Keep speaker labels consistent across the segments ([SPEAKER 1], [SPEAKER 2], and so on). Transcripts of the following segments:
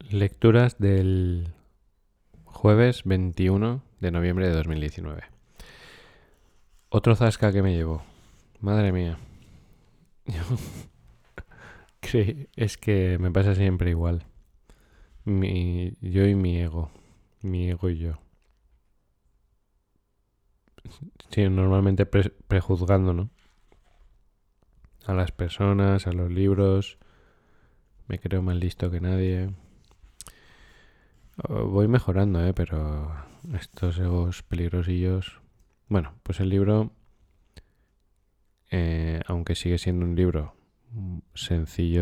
[SPEAKER 1] Lecturas del jueves 21 de noviembre de 2019. Otro zasca que me llevo. Madre mía. Es que me pasa siempre igual. Yo y mi ego. Mi ego y yo. Sí, normalmente prejuzgando, ¿no? A las personas, a los libros. Me creo más listo que nadie. Voy mejorando, pero estos egos peligrosillos. Bueno, pues el libro, aunque sigue siendo un libro sencillo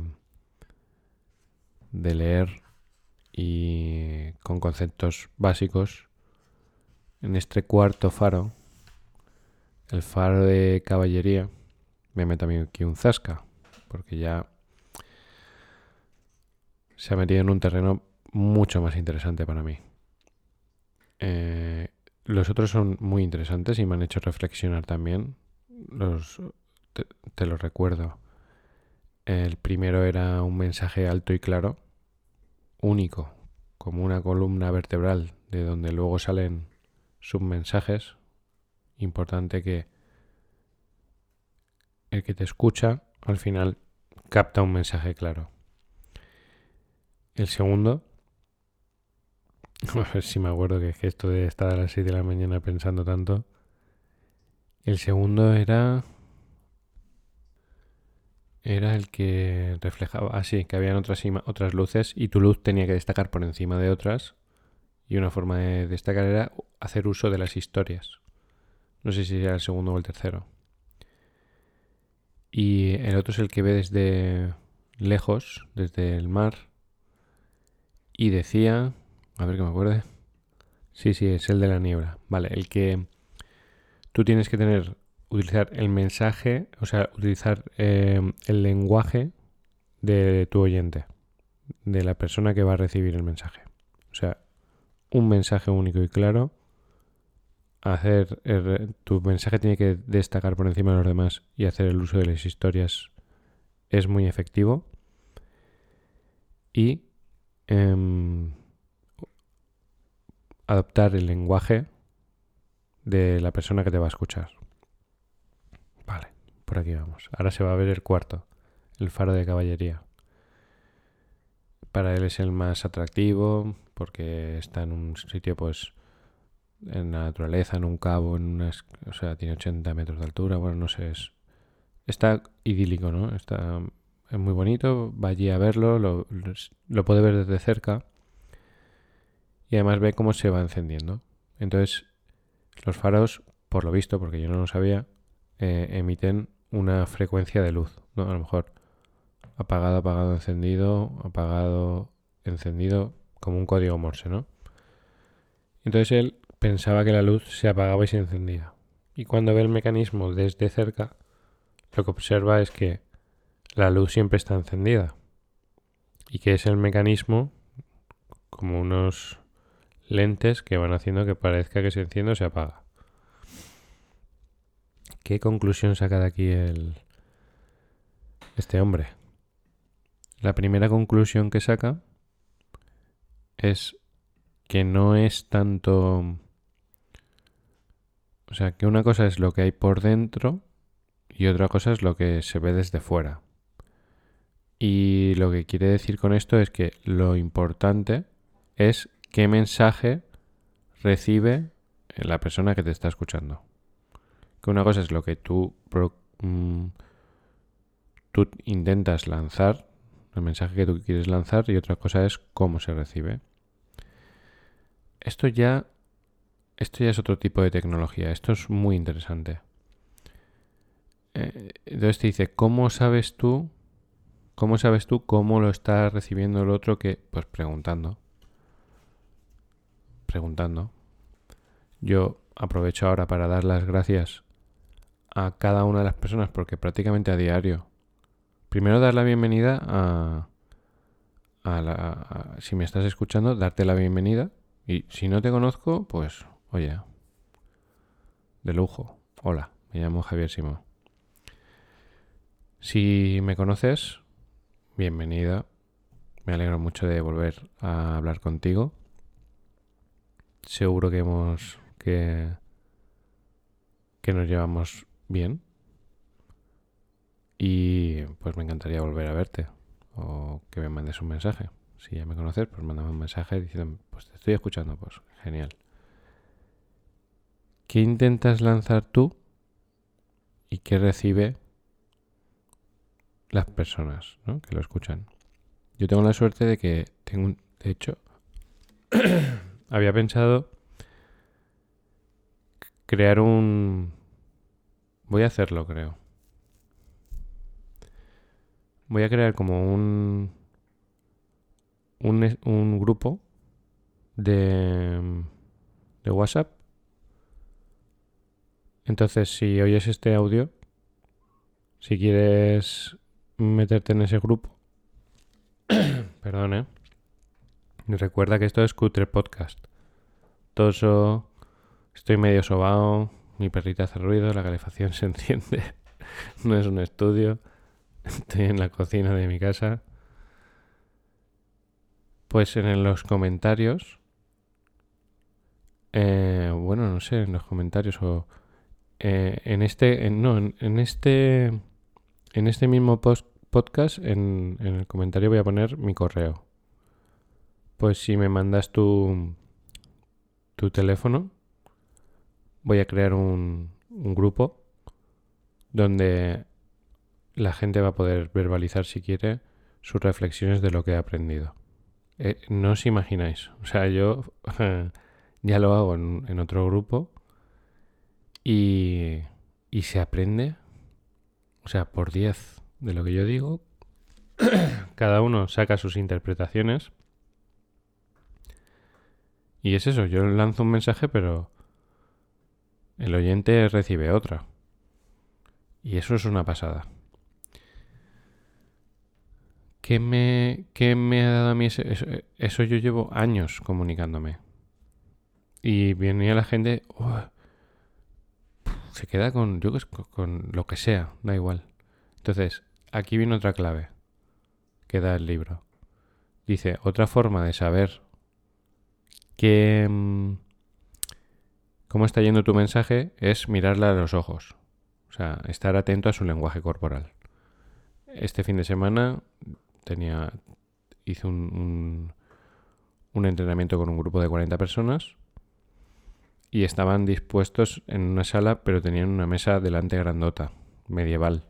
[SPEAKER 1] de leer y con conceptos básicos, en este cuarto faro, el faro de caballería, me meto a mí aquí un zasca, porque ya se ha metido en un terreno mucho más interesante para mí. Los otros son muy interesantes y me han hecho reflexionar también. Te los recuerdo. El primero era un mensaje alto y claro, único, como una columna vertebral de donde luego salen submensajes. Importante que el que te escucha al final capta un mensaje claro. El segundo, a ver si me acuerdo que esto de estar a las 6 de la mañana pensando tanto. El segundo era el que reflejaba, que habían otras luces y tu luz tenía que destacar por encima de otras, y una forma de destacar era hacer uso de las historias. No sé si era el segundo o el tercero. Y el otro es el que ve desde lejos, desde el mar, y decía, a ver que me acuerde. Sí, es el de la niebla. Vale, el que tú tienes que utilizar el mensaje, o sea, utilizar el lenguaje de tu oyente, de la persona que va a recibir el mensaje. O sea, un mensaje único y claro. Tu mensaje tiene que destacar por encima de los demás y hacer el uso de las historias es muy efectivo. Y adoptar el lenguaje de la persona que te va a escuchar. Vale, por aquí vamos. Ahora se va a ver el cuarto, el faro de caballería. Para él es el más atractivo porque está en un sitio, pues, en la naturaleza, en un cabo, o sea, tiene 80 metros de altura. Bueno, no sé, está idílico, ¿no? Es muy bonito, va allí a verlo, lo puede ver desde cerca y además ve cómo se va encendiendo. Entonces, los faros, por lo visto, porque yo no lo sabía, emiten una frecuencia de luz, ¿no? A lo mejor apagado, apagado, encendido, como un código Morse, ¿no? Entonces él pensaba que la luz se apagaba y se encendía. Y cuando ve el mecanismo desde cerca, lo que observa es que la luz siempre está encendida. Y que es el mecanismo como unos lentes que van haciendo que parezca que se enciende o se apaga. ¿Qué conclusión saca de aquí este hombre? La primera conclusión que saca es que no es tanto... O sea, que una cosa es lo que hay por dentro y otra cosa es lo que se ve desde fuera. Y lo que quiere decir con esto es que lo importante es qué mensaje recibe la persona que te está escuchando. Que una cosa es lo que tú intentas lanzar, el mensaje que tú quieres lanzar, y otra cosa es cómo se recibe. Esto ya es otro tipo de tecnología. Esto es muy interesante. Entonces te dice, ¿cómo sabes tú cómo lo está recibiendo el otro? Pues preguntando. Yo aprovecho ahora para dar las gracias a cada una de las personas porque prácticamente a diario. Primero dar la bienvenida si me estás escuchando, darte la bienvenida. Y si no te conozco, pues, oye, de lujo. Hola, me llamo Javier Simón. Si me conoces, bienvenida. Me alegro mucho de volver a hablar contigo. Seguro que nos llevamos bien y pues me encantaría volver a verte o que me mandes un mensaje. Si ya me conoces, pues mándame un mensaje diciendo, pues te estoy escuchando, pues genial. ¿Qué intentas lanzar tú y qué recibe las personas, ¿no?, que lo escuchan? Yo tengo la suerte de que de hecho, había pensado crear voy a hacerlo, creo. Voy a crear como un grupo de, de WhatsApp. Entonces, si oyes este audio, si quieres meterte en ese grupo, perdón, recuerda que esto es Cutre Podcast. Toso, estoy medio sobao, mi perrita hace ruido, la calefacción se enciende. No es un estudio, estoy en la cocina de mi casa. Pues en los comentarios, bueno, no sé, en los comentarios o en este mismo podcast, en el comentario voy a poner mi correo. Pues si me mandas tu teléfono, voy a crear un grupo donde la gente va a poder verbalizar, si quiere, sus reflexiones de lo que ha aprendido. No os imagináis. O sea, yo ya lo hago en otro grupo y se aprende, o sea, por 10 de lo que yo digo. Cada uno saca sus interpretaciones. Y es eso, yo lanzo un mensaje, pero el oyente recibe otra. Y eso es una pasada. ¿Qué me ha dado a mí eso? Yo llevo años comunicándome. Y venía la gente, se queda con lo que sea, da igual. Entonces, aquí viene otra clave que da el libro. Dice, otra forma de saber cómo está yendo tu mensaje es mirarla a los ojos. O sea, estar atento a su lenguaje corporal. Este fin de semana hice un entrenamiento con un grupo de 40 personas y estaban dispuestos en una sala, pero tenían una mesa delante grandota, medieval.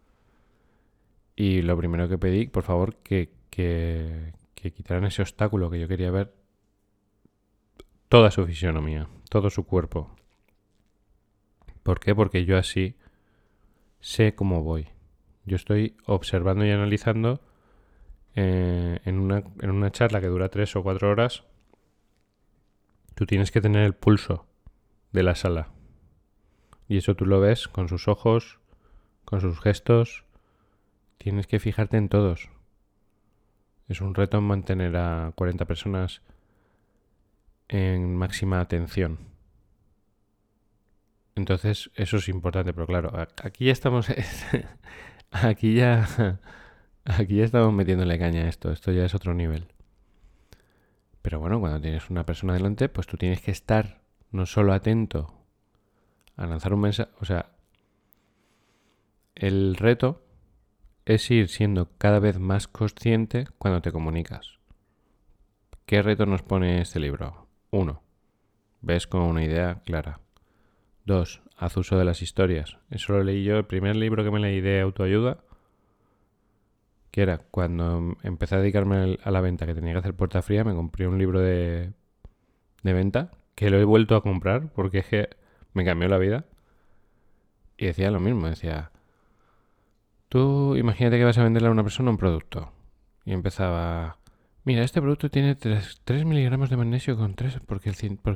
[SPEAKER 1] Y lo primero que pedí, por favor, que quitaran ese obstáculo, que yo quería ver toda su fisionomía, todo su cuerpo. ¿Por qué? Porque yo así sé cómo voy. Yo estoy observando y analizando en una charla que dura 3 o 4 horas. Tú tienes que tener el pulso de la sala. Y eso tú lo ves con sus ojos, con sus gestos. Tienes que fijarte en todos. Es un reto mantener a 40 personas en máxima atención. Entonces, eso es importante, pero claro, aquí ya estamos. aquí ya estamos metiéndole caña a esto. Esto ya es otro nivel. Pero bueno, cuando tienes una persona delante, pues tú tienes que estar no solo atento a lanzar un mensaje. O sea, el reto es ir siendo cada vez más consciente cuando te comunicas. ¿Qué reto nos pone este libro? 1. Ves con una idea clara. 2. Haz uso de las historias. Eso lo leí yo, el primer libro que me leí de autoayuda, que era cuando empecé a dedicarme a la venta, que tenía que hacer puerta fría, me compré un libro de venta, que lo he vuelto a comprar porque es que me cambió la vida. Y decía lo mismo, decía, tú imagínate que vas a venderle a una persona un producto. Y empezaba, mira, este producto tiene 3 miligramos de magnesio con 3, porque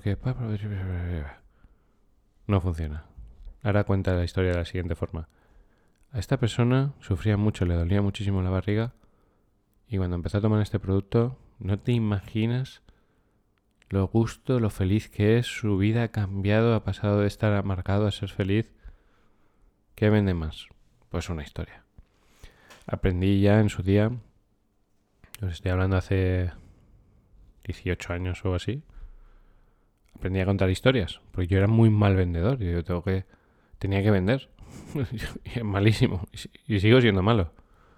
[SPEAKER 1] no funciona. Ahora cuenta la historia de la siguiente forma. A esta persona sufría mucho, le dolía muchísimo la barriga, y cuando empezó a tomar este producto, no te imaginas lo gusto, lo feliz que es, su vida ha cambiado, ha pasado de estar amargado a ser feliz. ¿Qué vende más? Pues una historia. Aprendí ya en su día Os estoy hablando hace 18 años o así. Aprendí a contar historias, porque yo era muy mal vendedor y yo tenía que vender. Y es malísimo y sigo siendo malo.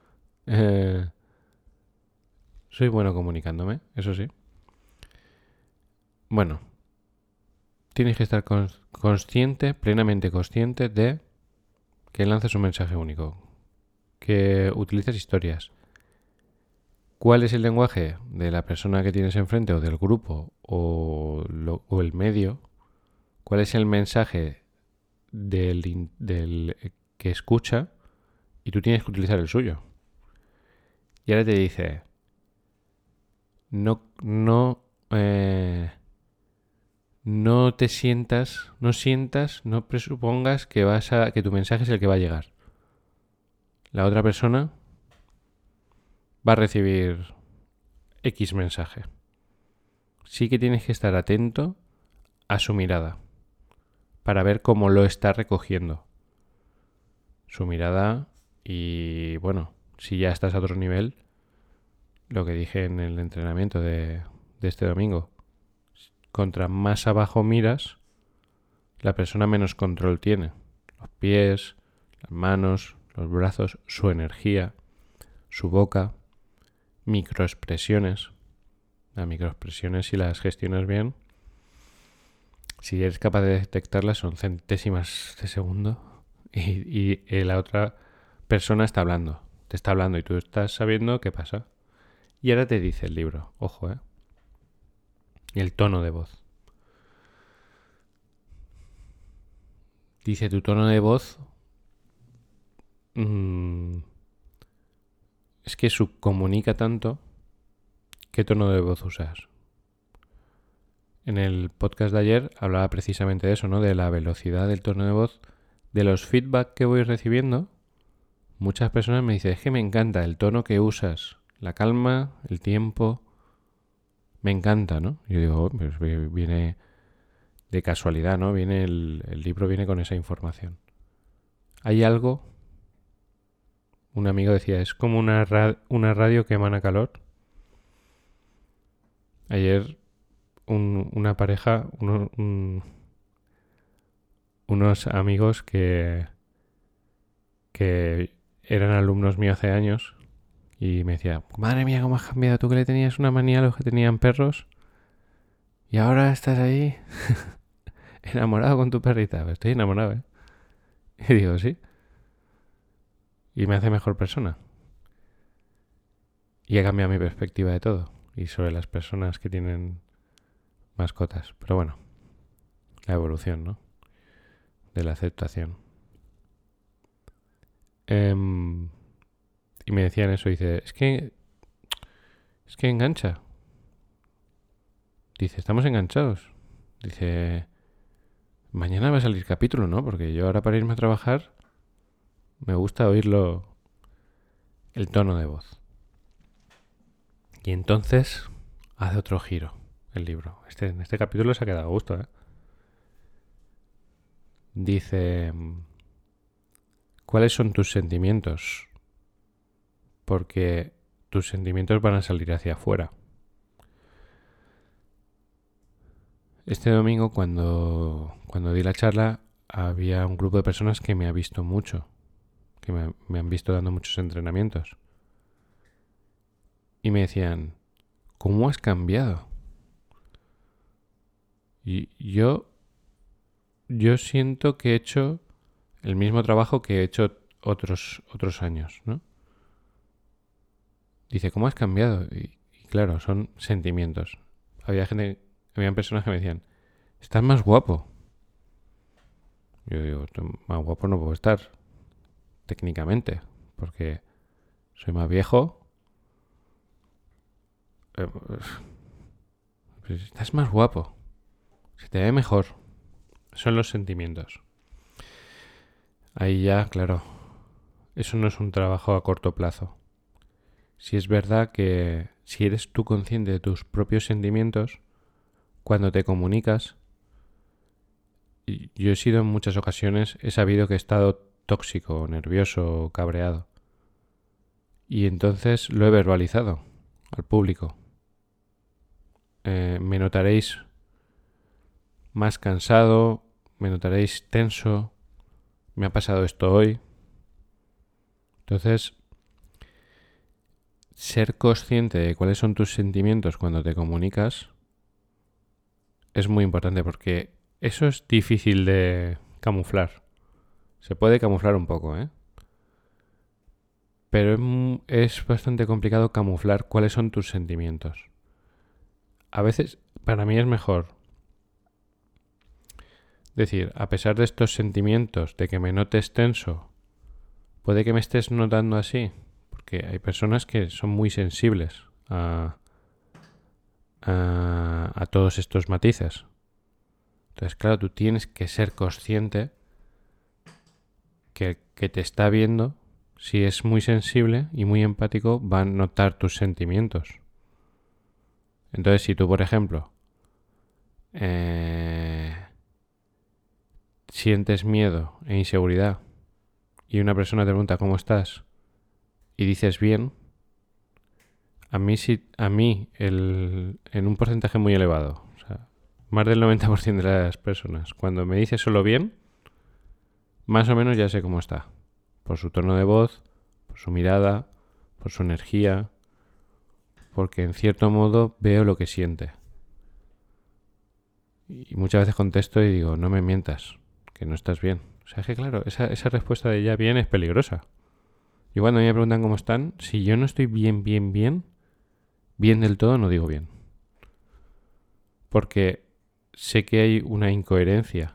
[SPEAKER 1] Soy bueno comunicándome, eso sí. Bueno, tienes que estar consciente, plenamente consciente de que lanzas un mensaje único, que utilizas historias. ¿Cuál es el lenguaje de la persona que tienes enfrente o del grupo o el medio? ¿Cuál es el mensaje del que escucha? Y tú tienes que utilizar el suyo. Y ahora te dice, no te sientas, no presupongas que tu mensaje es el que va a llegar. La otra persona va a recibir X mensaje. Sí que tienes que estar atento a su mirada para ver cómo lo está recogiendo. Su mirada y, bueno, si ya estás a otro nivel, lo que dije en el entrenamiento de este domingo. Contra más abajo miras, la persona menos control tiene. Los pies, las manos, los brazos, su energía, su boca, microexpresiones. Las microexpresiones, si las gestionas bien, si eres capaz de detectarlas, son centésimas de segundo y la otra persona está hablando. Te está hablando y tú estás sabiendo qué pasa. Y ahora te dice el libro, ojo, el tono de voz. Dice tu tono de voz es que subcomunica tanto. ¿Qué tono de voz usas? En el podcast de ayer hablaba precisamente de eso, ¿no? De la velocidad del tono de voz, de los feedback que voy recibiendo. Muchas personas me dicen, es que me encanta el tono que usas, la calma, el tiempo, me encanta, ¿no? Yo digo, pues viene de casualidad, ¿no? Viene el libro viene con esa información. Hay algo, un amigo decía, es como una radio que emana calor. Ayer una pareja, unos amigos que eran alumnos míos hace años y me decía, madre mía, cómo has cambiado, tú que le tenías una manía a los que tenían perros y ahora estás ahí enamorado con tu perrita. Pues estoy enamorado, ¿eh? Y digo, sí. Y me hace mejor persona. Y he cambiado mi perspectiva de todo y sobre las personas que tienen mascotas. Pero bueno, la evolución, ¿no? De la aceptación. Y me decían eso, dice, es que engancha. Dice, estamos enganchados. Dice, mañana va a salir capítulo, ¿no? Porque yo ahora para irme a trabajar me gusta oírlo, el tono de voz. Y entonces hace otro giro el libro. En este capítulo se ha quedado a gusto, ¿eh? Dice, ¿cuáles son tus sentimientos? Porque tus sentimientos van a salir hacia afuera. Este domingo cuando di la charla había un grupo de personas que me ha visto mucho, que me han visto dando muchos entrenamientos. Y me decían, ¿cómo has cambiado? Y yo siento que he hecho el mismo trabajo que he hecho otros años, ¿no? Dice, ¿cómo has cambiado? Y claro, son sentimientos. Habían personas que me decían, estás más guapo. Yo digo, más guapo no puedo estar, técnicamente, porque soy más viejo. Pues estás más guapo. Se te ve mejor. Son los sentimientos. Ahí ya, claro, eso no es un trabajo a corto plazo. Si es verdad que si eres tú consciente de tus propios sentimientos, cuando te comunicas, yo he sido en muchas ocasiones, he sabido que he estado tóxico, nervioso, cabreado. Y entonces lo he verbalizado. al público. Me notaréis más cansado, me notaréis tenso, me ha pasado esto hoy. Entonces, ser consciente de cuáles son tus sentimientos cuando te comunicas es muy importante porque eso es difícil de camuflar. Se puede camuflar un poco, pero es bastante complicado camuflar cuáles son tus sentimientos. A veces, para mí es mejor decir, a pesar de estos sentimientos, de que me notes tenso, puede que me estés notando así, porque hay personas que son muy sensibles a todos estos matices. Entonces, claro, tú tienes que ser consciente que te está viendo. Si es muy sensible y muy empático, va a notar tus sentimientos. Entonces, si tú, por ejemplo, sientes miedo e inseguridad y una persona te pregunta cómo estás y dices bien, en un porcentaje muy elevado, o sea, más del 90% de las personas, cuando me dice solo bien, más o menos ya sé cómo está. Por su tono de voz, por su mirada, por su energía, porque en cierto modo veo lo que siente. Y muchas veces contesto y digo, no me mientas, que no estás bien. O sea, es que claro, esa respuesta de ya bien es peligrosa. Y cuando a mí me preguntan cómo están, si yo no estoy bien del todo no digo bien. Porque sé que hay una incoherencia.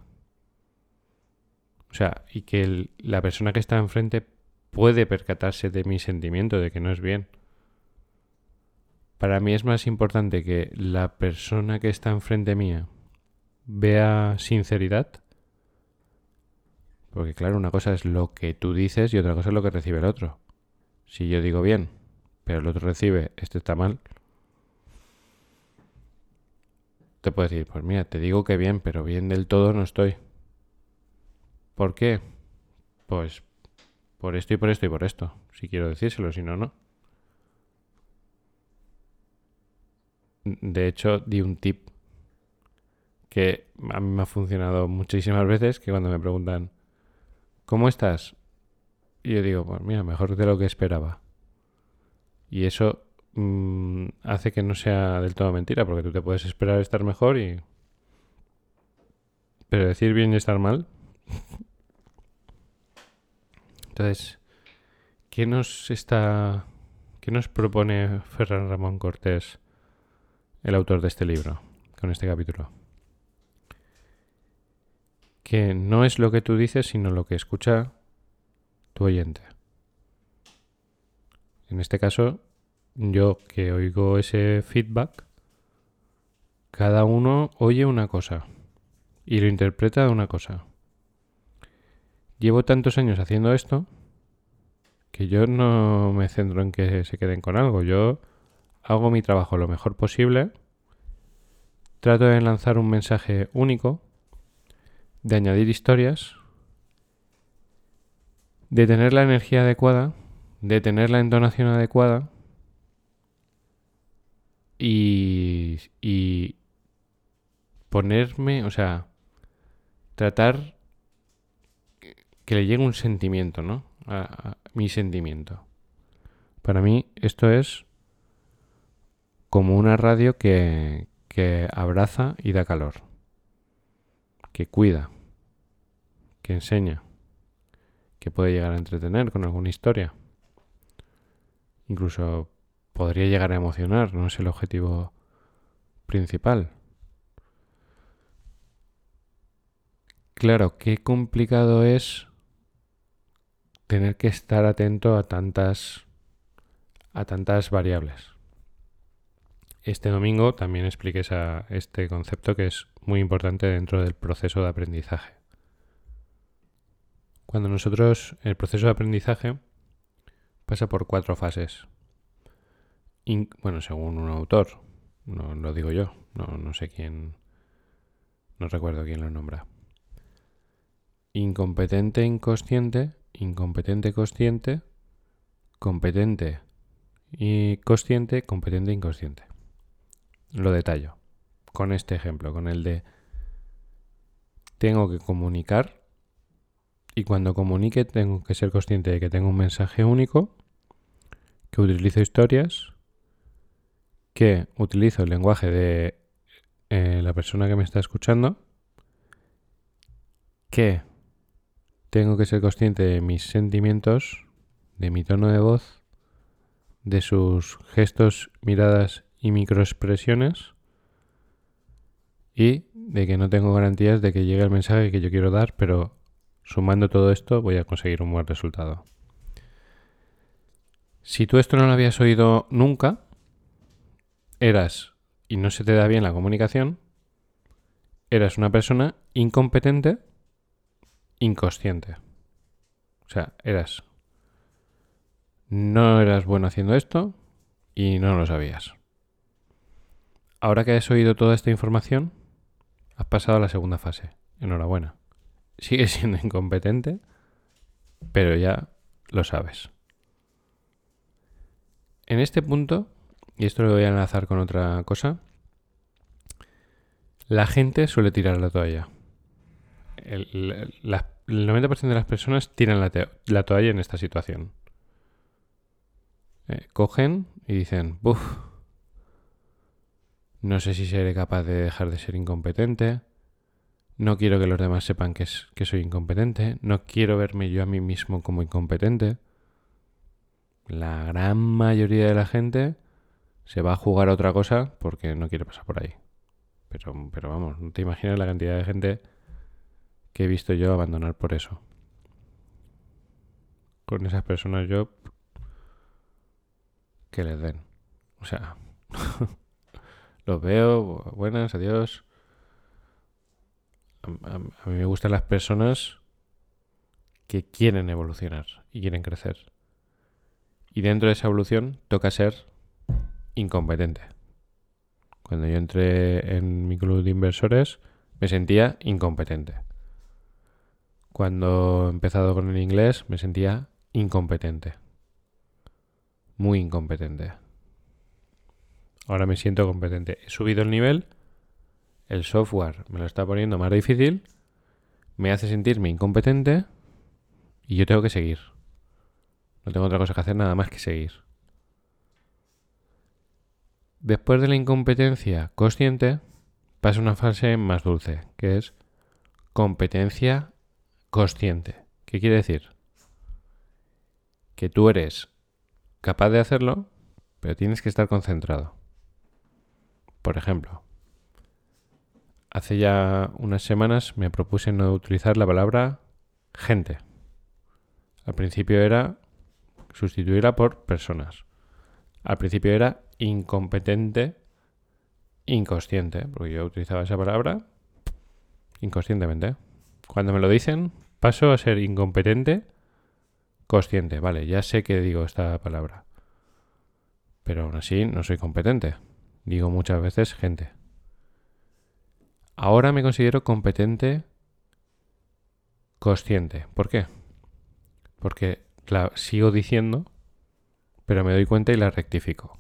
[SPEAKER 1] O sea, y que la persona que está enfrente puede percatarse de mi sentimiento, de que no es bien. Para mí es más importante que la persona que está enfrente mía vea sinceridad. Porque claro, una cosa es lo que tú dices y otra cosa es lo que recibe el otro. Si yo digo bien, pero el otro recibe, este está mal, te puedo decir, pues mira, te digo que bien, pero bien del todo no estoy. ¿Por qué? Pues por esto y por esto y por esto. Si quiero decírselo, si no, no. De hecho, di un tip que a mí me ha funcionado muchísimas veces, que cuando me preguntan, ¿cómo estás? Y yo digo, pues mira, mejor de lo que esperaba. Y eso hace que no sea del todo mentira, porque tú te puedes esperar estar mejor y... Pero decir bien y estar mal. Entonces, ¿qué nos propone Ferran Ramón Cortés, el autor de este libro, con este capítulo? Que no es lo que tú dices, sino lo que escucha tu oyente. En este caso, yo que oigo ese feedback, cada uno oye una cosa y lo interpreta de una cosa. Llevo tantos años haciendo esto que yo no me centro en que se queden con algo. Yo hago mi trabajo lo mejor posible, trato de lanzar un mensaje único, de añadir historias, de tener la energía adecuada, de tener la entonación adecuada y ponerme, o sea, tratar que le llegue un sentimiento, ¿no? A mi sentimiento. Para mí esto es como una radio que abraza y da calor, que cuida, que enseña, que puede llegar a entretener con alguna historia. Incluso podría llegar a emocionar, no es el objetivo principal. Claro, qué complicado es tener que estar atento a tantas variables. Este domingo también expliqué este concepto que es muy importante dentro del proceso de aprendizaje. Cuando el proceso de aprendizaje pasa por 4 fases. Bueno, según un autor, no lo digo yo, no sé quién, no recuerdo quién lo nombra. Incompetente, inconsciente, incompetente, consciente, competente y consciente, competente e inconsciente. Lo detallo con este ejemplo, con el de tengo que comunicar y cuando comunique tengo que ser consciente de que tengo un mensaje único, que utilizo historias, que utilizo el lenguaje de la persona que me está escuchando, que tengo que ser consciente de mis sentimientos, de mi tono de voz, de sus gestos, miradas y microexpresiones y de que no tengo garantías de que llegue el mensaje que yo quiero dar, pero sumando todo esto voy a conseguir un buen resultado. Si tú esto no lo habías oído nunca, y no se te da bien la comunicación, eras una persona incompetente, inconsciente. O sea, no eras bueno haciendo esto y no lo sabías. Ahora que has oído toda esta información, has pasado a la segunda fase. Enhorabuena. Sigues siendo incompetente, pero ya lo sabes. En este punto, y esto lo voy a enlazar con otra cosa, la gente suele tirar la toalla. El 90% de las personas tiran la toalla en esta situación. Cogen y dicen, buf, no sé si seré capaz de dejar de ser incompetente, no quiero que los demás sepan que soy incompetente, no quiero verme yo a mí mismo como incompetente. La gran mayoría de la gente se va a jugar a otra cosa porque no quiere pasar por ahí. Pero vamos, no te imaginas la cantidad de gente que he visto yo abandonar por eso. Con esas personas yo que les den. O sea, los veo, buenas, adiós. A mí me gustan las personas que quieren evolucionar y quieren crecer. Y dentro de esa evolución toca ser incompetente. Cuando yo entré en mi club de inversores me sentía incompetente. Cuando he empezado con el inglés me sentía incompetente. Muy incompetente. Ahora me siento competente. He subido el nivel, el software me lo está poniendo más difícil, me hace sentirme incompetente y yo tengo que seguir. No tengo otra cosa que hacer nada más que seguir. Después de la incompetencia consciente pasa una fase más dulce, que es competencia consciente. ¿Qué quiere decir? Que tú eres capaz de hacerlo, pero tienes que estar concentrado. Por ejemplo, hace ya unas semanas me propuse no utilizar la palabra gente. Al principio era sustituirla por personas. Al principio era incompetente, inconsciente, porque yo utilizaba esa palabra inconscientemente. Cuando me lo dicen, paso a ser incompetente, consciente. Vale, ya sé que digo esta palabra. Pero aún así no soy competente. Digo muchas veces gente. Ahora me considero competente, consciente. ¿Por qué? Porque la sigo diciendo, pero me doy cuenta y la rectifico.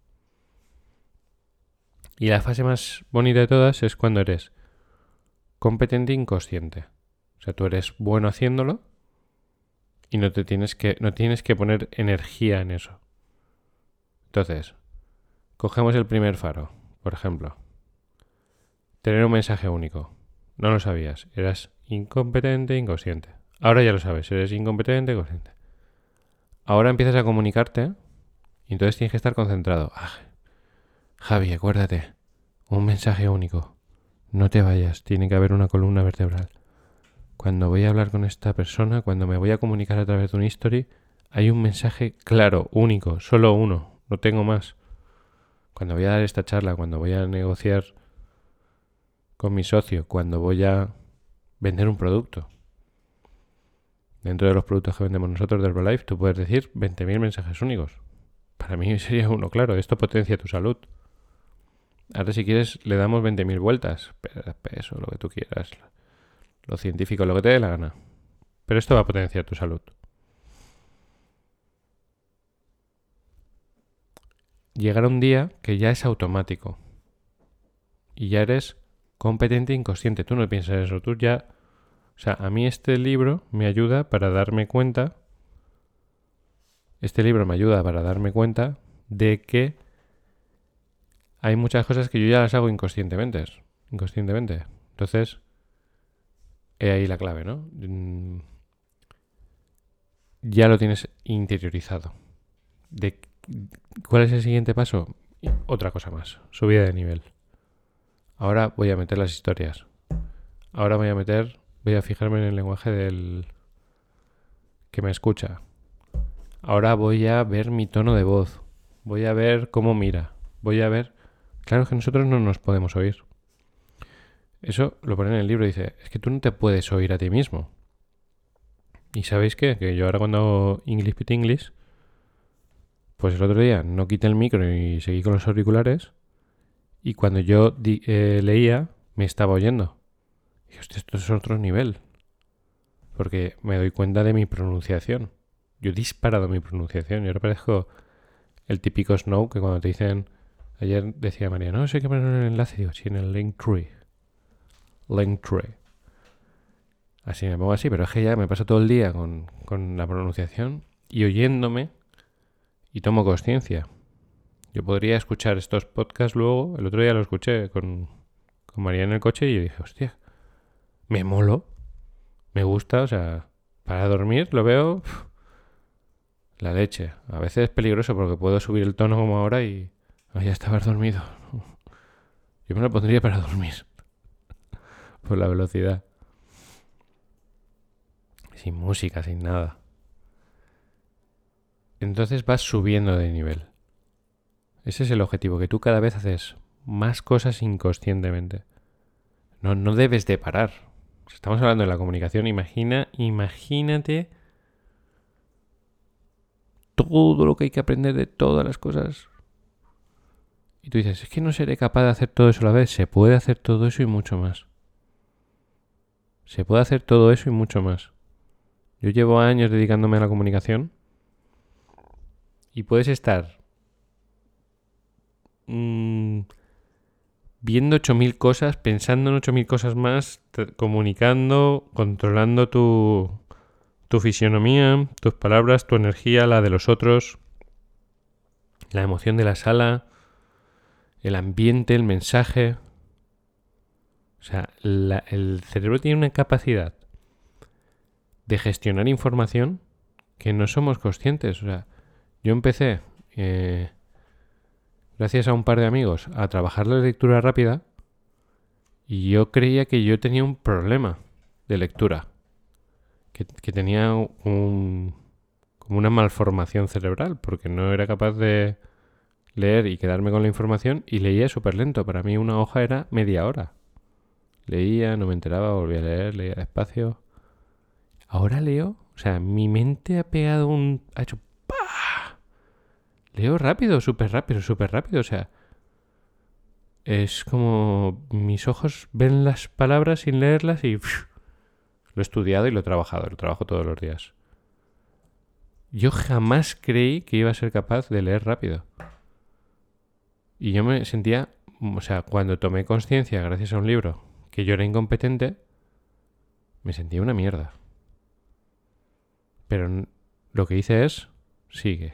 [SPEAKER 1] Y la fase más bonita de todas es cuando eres competente e inconsciente. O sea, tú eres bueno haciéndolo y no tienes que poner energía en eso. Entonces, cogemos el primer faro, por ejemplo. Tener un mensaje único. No lo sabías. Eras incompetente, inconsciente. Ahora ya lo sabes. Eres incompetente, consciente. Ahora empiezas a comunicarte y entonces tienes que estar concentrado. Javi, acuérdate. Un mensaje único. No te vayas. Tiene que haber una columna vertebral. Cuando voy a hablar con esta persona, cuando me voy a comunicar a través de un history, hay un mensaje claro, único, solo uno. No tengo más. Cuando voy a dar esta charla, cuando voy a negociar con mi socio, cuando voy a vender un producto. Dentro de los productos que vendemos nosotros de Herbalife, tú puedes decir 20.000 mensajes únicos. Para mí sería uno claro. Esto potencia tu salud. Ahora si quieres le damos 20.000 vueltas. Eso, lo que tú quieras. Lo científico, lo que te dé la gana. Pero esto va a potenciar tu salud. llegará un día que ya es automático. Y ya eres competente e inconsciente. Tú no piensas eso. Tú ya... O sea, a mí este libro me ayuda para darme cuenta... Este libro me ayuda para darme cuenta de que hay muchas cosas que yo ya las hago inconscientemente. Entonces, he ahí la clave, ¿no? Ya lo tienes interiorizado. ¿Cuál es el siguiente paso? Otra cosa más. Subida de nivel. Ahora voy a meter las historias. Ahora voy a fijarme en el lenguaje del que me escucha. Ahora voy a ver mi tono de voz. Voy a ver cómo mira. Voy a ver... Claro que nosotros no nos podemos oír. Eso lo pone en el libro. Dice, es que tú no te puedes oír a ti mismo. ¿Y sabéis qué? Que yo ahora cuando hago English Pit English, pues el otro día no quité el micro y seguí con los auriculares. Y cuando yo leía, me estaba oyendo. Y dije, hostia, esto es otro nivel. Porque me doy cuenta de mi pronunciación. Yo he disparado mi pronunciación. Y ahora parezco el típico Snow que cuando te dicen... Ayer decía María, no, eso hay que poner en el enlace. Digo, sí, en el Linktree. Así me pongo así, pero es que ya me paso todo el día con la pronunciación y oyéndome y tomo conciencia. Yo podría escuchar estos podcasts luego. El otro día lo escuché con María en el coche y yo dije, hostia, me molo, me gusta, o sea, para dormir lo veo la leche. A veces es peligroso porque puedo subir el tono como ahora y ya estabas dormido. Yo me lo pondría para dormir por la velocidad. Sin música, sin nada. Entonces vas subiendo de nivel. Ese es el objetivo, que tú cada vez haces más cosas inconscientemente. No debes de parar. Estamos hablando de la comunicación. Imagínate todo lo que hay que aprender de todas las cosas. Y tú dices, es que no seré capaz de hacer todo eso a la vez. Se puede hacer todo eso y mucho más. Se puede hacer todo eso y mucho más. Yo llevo años dedicándome a la comunicación y puedes estar viendo 8000 cosas, pensando en 8000 cosas más, comunicando, controlando tu fisionomía, tus palabras, tu energía, la de los otros, la emoción de la sala, el ambiente, el mensaje. O sea, el cerebro tiene una capacidad de gestionar información que no somos conscientes. O sea, yo empecé, gracias a un par de amigos, a trabajar la lectura rápida y yo creía que yo tenía un problema de lectura, que tenía como una malformación cerebral, porque no era capaz de leer y quedarme con la información y leía súper lento. Para mí una hoja era media hora. Leía, no me enteraba, volvía a leer, leía despacio. Ahora leo, o sea, mi mente ha hecho ¡pah! Leo rápido, súper rápido, o sea, es como mis ojos ven las palabras sin leerlas y lo he estudiado y lo he trabajado, lo trabajo todos los días. Yo jamás creí que iba a ser capaz de leer rápido. Y yo me sentía, o sea, cuando tomé conciencia gracias a un libro que yo era incompetente, me sentía una mierda. Pero lo que hice es sigue.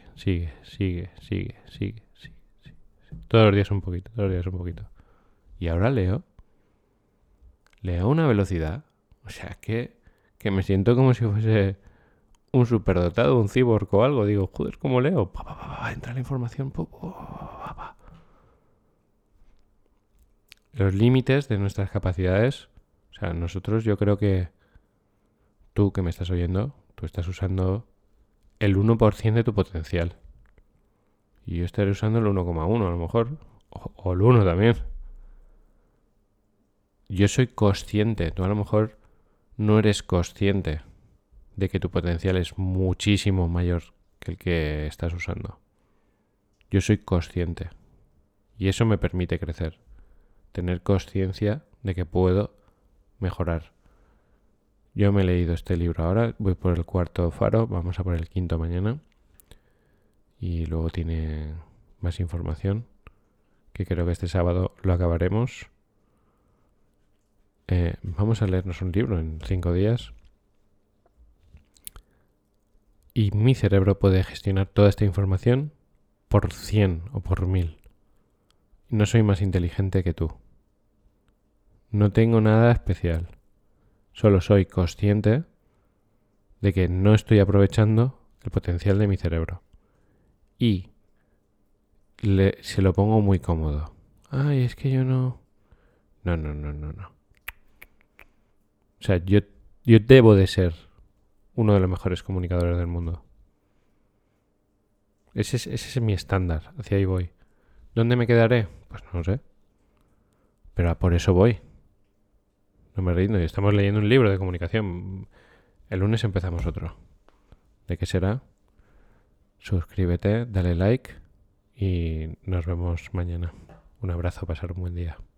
[SPEAKER 1] Todos los días un poquito. Y ahora leo a una velocidad, o sea, que me siento como si fuese un superdotado, un cyborg o algo. Digo, joder, ¿cómo leo? Entra la información. Los límites de nuestras capacidades, o sea, nosotros, yo creo que tú que me estás oyendo, tú estás usando el 1% de tu potencial. Y yo estaré usando el 1,1 a lo mejor, o el 1 también. Yo soy consciente, tú a lo mejor no eres consciente de que tu potencial es muchísimo mayor que el que estás usando. Yo soy consciente y eso me permite crecer, tener conciencia de que puedo mejorar. Yo me he leído este libro ahora, voy por el 4º faro, vamos a por el 5º mañana y luego tiene más información, que creo que este sábado lo acabaremos. Vamos a leernos un libro en 5 días. Y mi cerebro puede gestionar toda esta información por 100 o por 1000. No soy más inteligente que tú. No tengo nada especial. Solo soy consciente de que no estoy aprovechando el potencial de mi cerebro. Y se lo pongo muy cómodo. Ay, es que yo no... No. O sea, yo debo de ser uno de los mejores comunicadores del mundo. Ese es mi estándar. Hacia ahí voy. ¿Dónde me quedaré? Pues no sé. Pero por eso voy. No me rindo. Y estamos leyendo un libro de comunicación. El lunes empezamos otro. ¿De qué será? Suscríbete, dale like y nos vemos mañana. Un abrazo, pasar un buen día.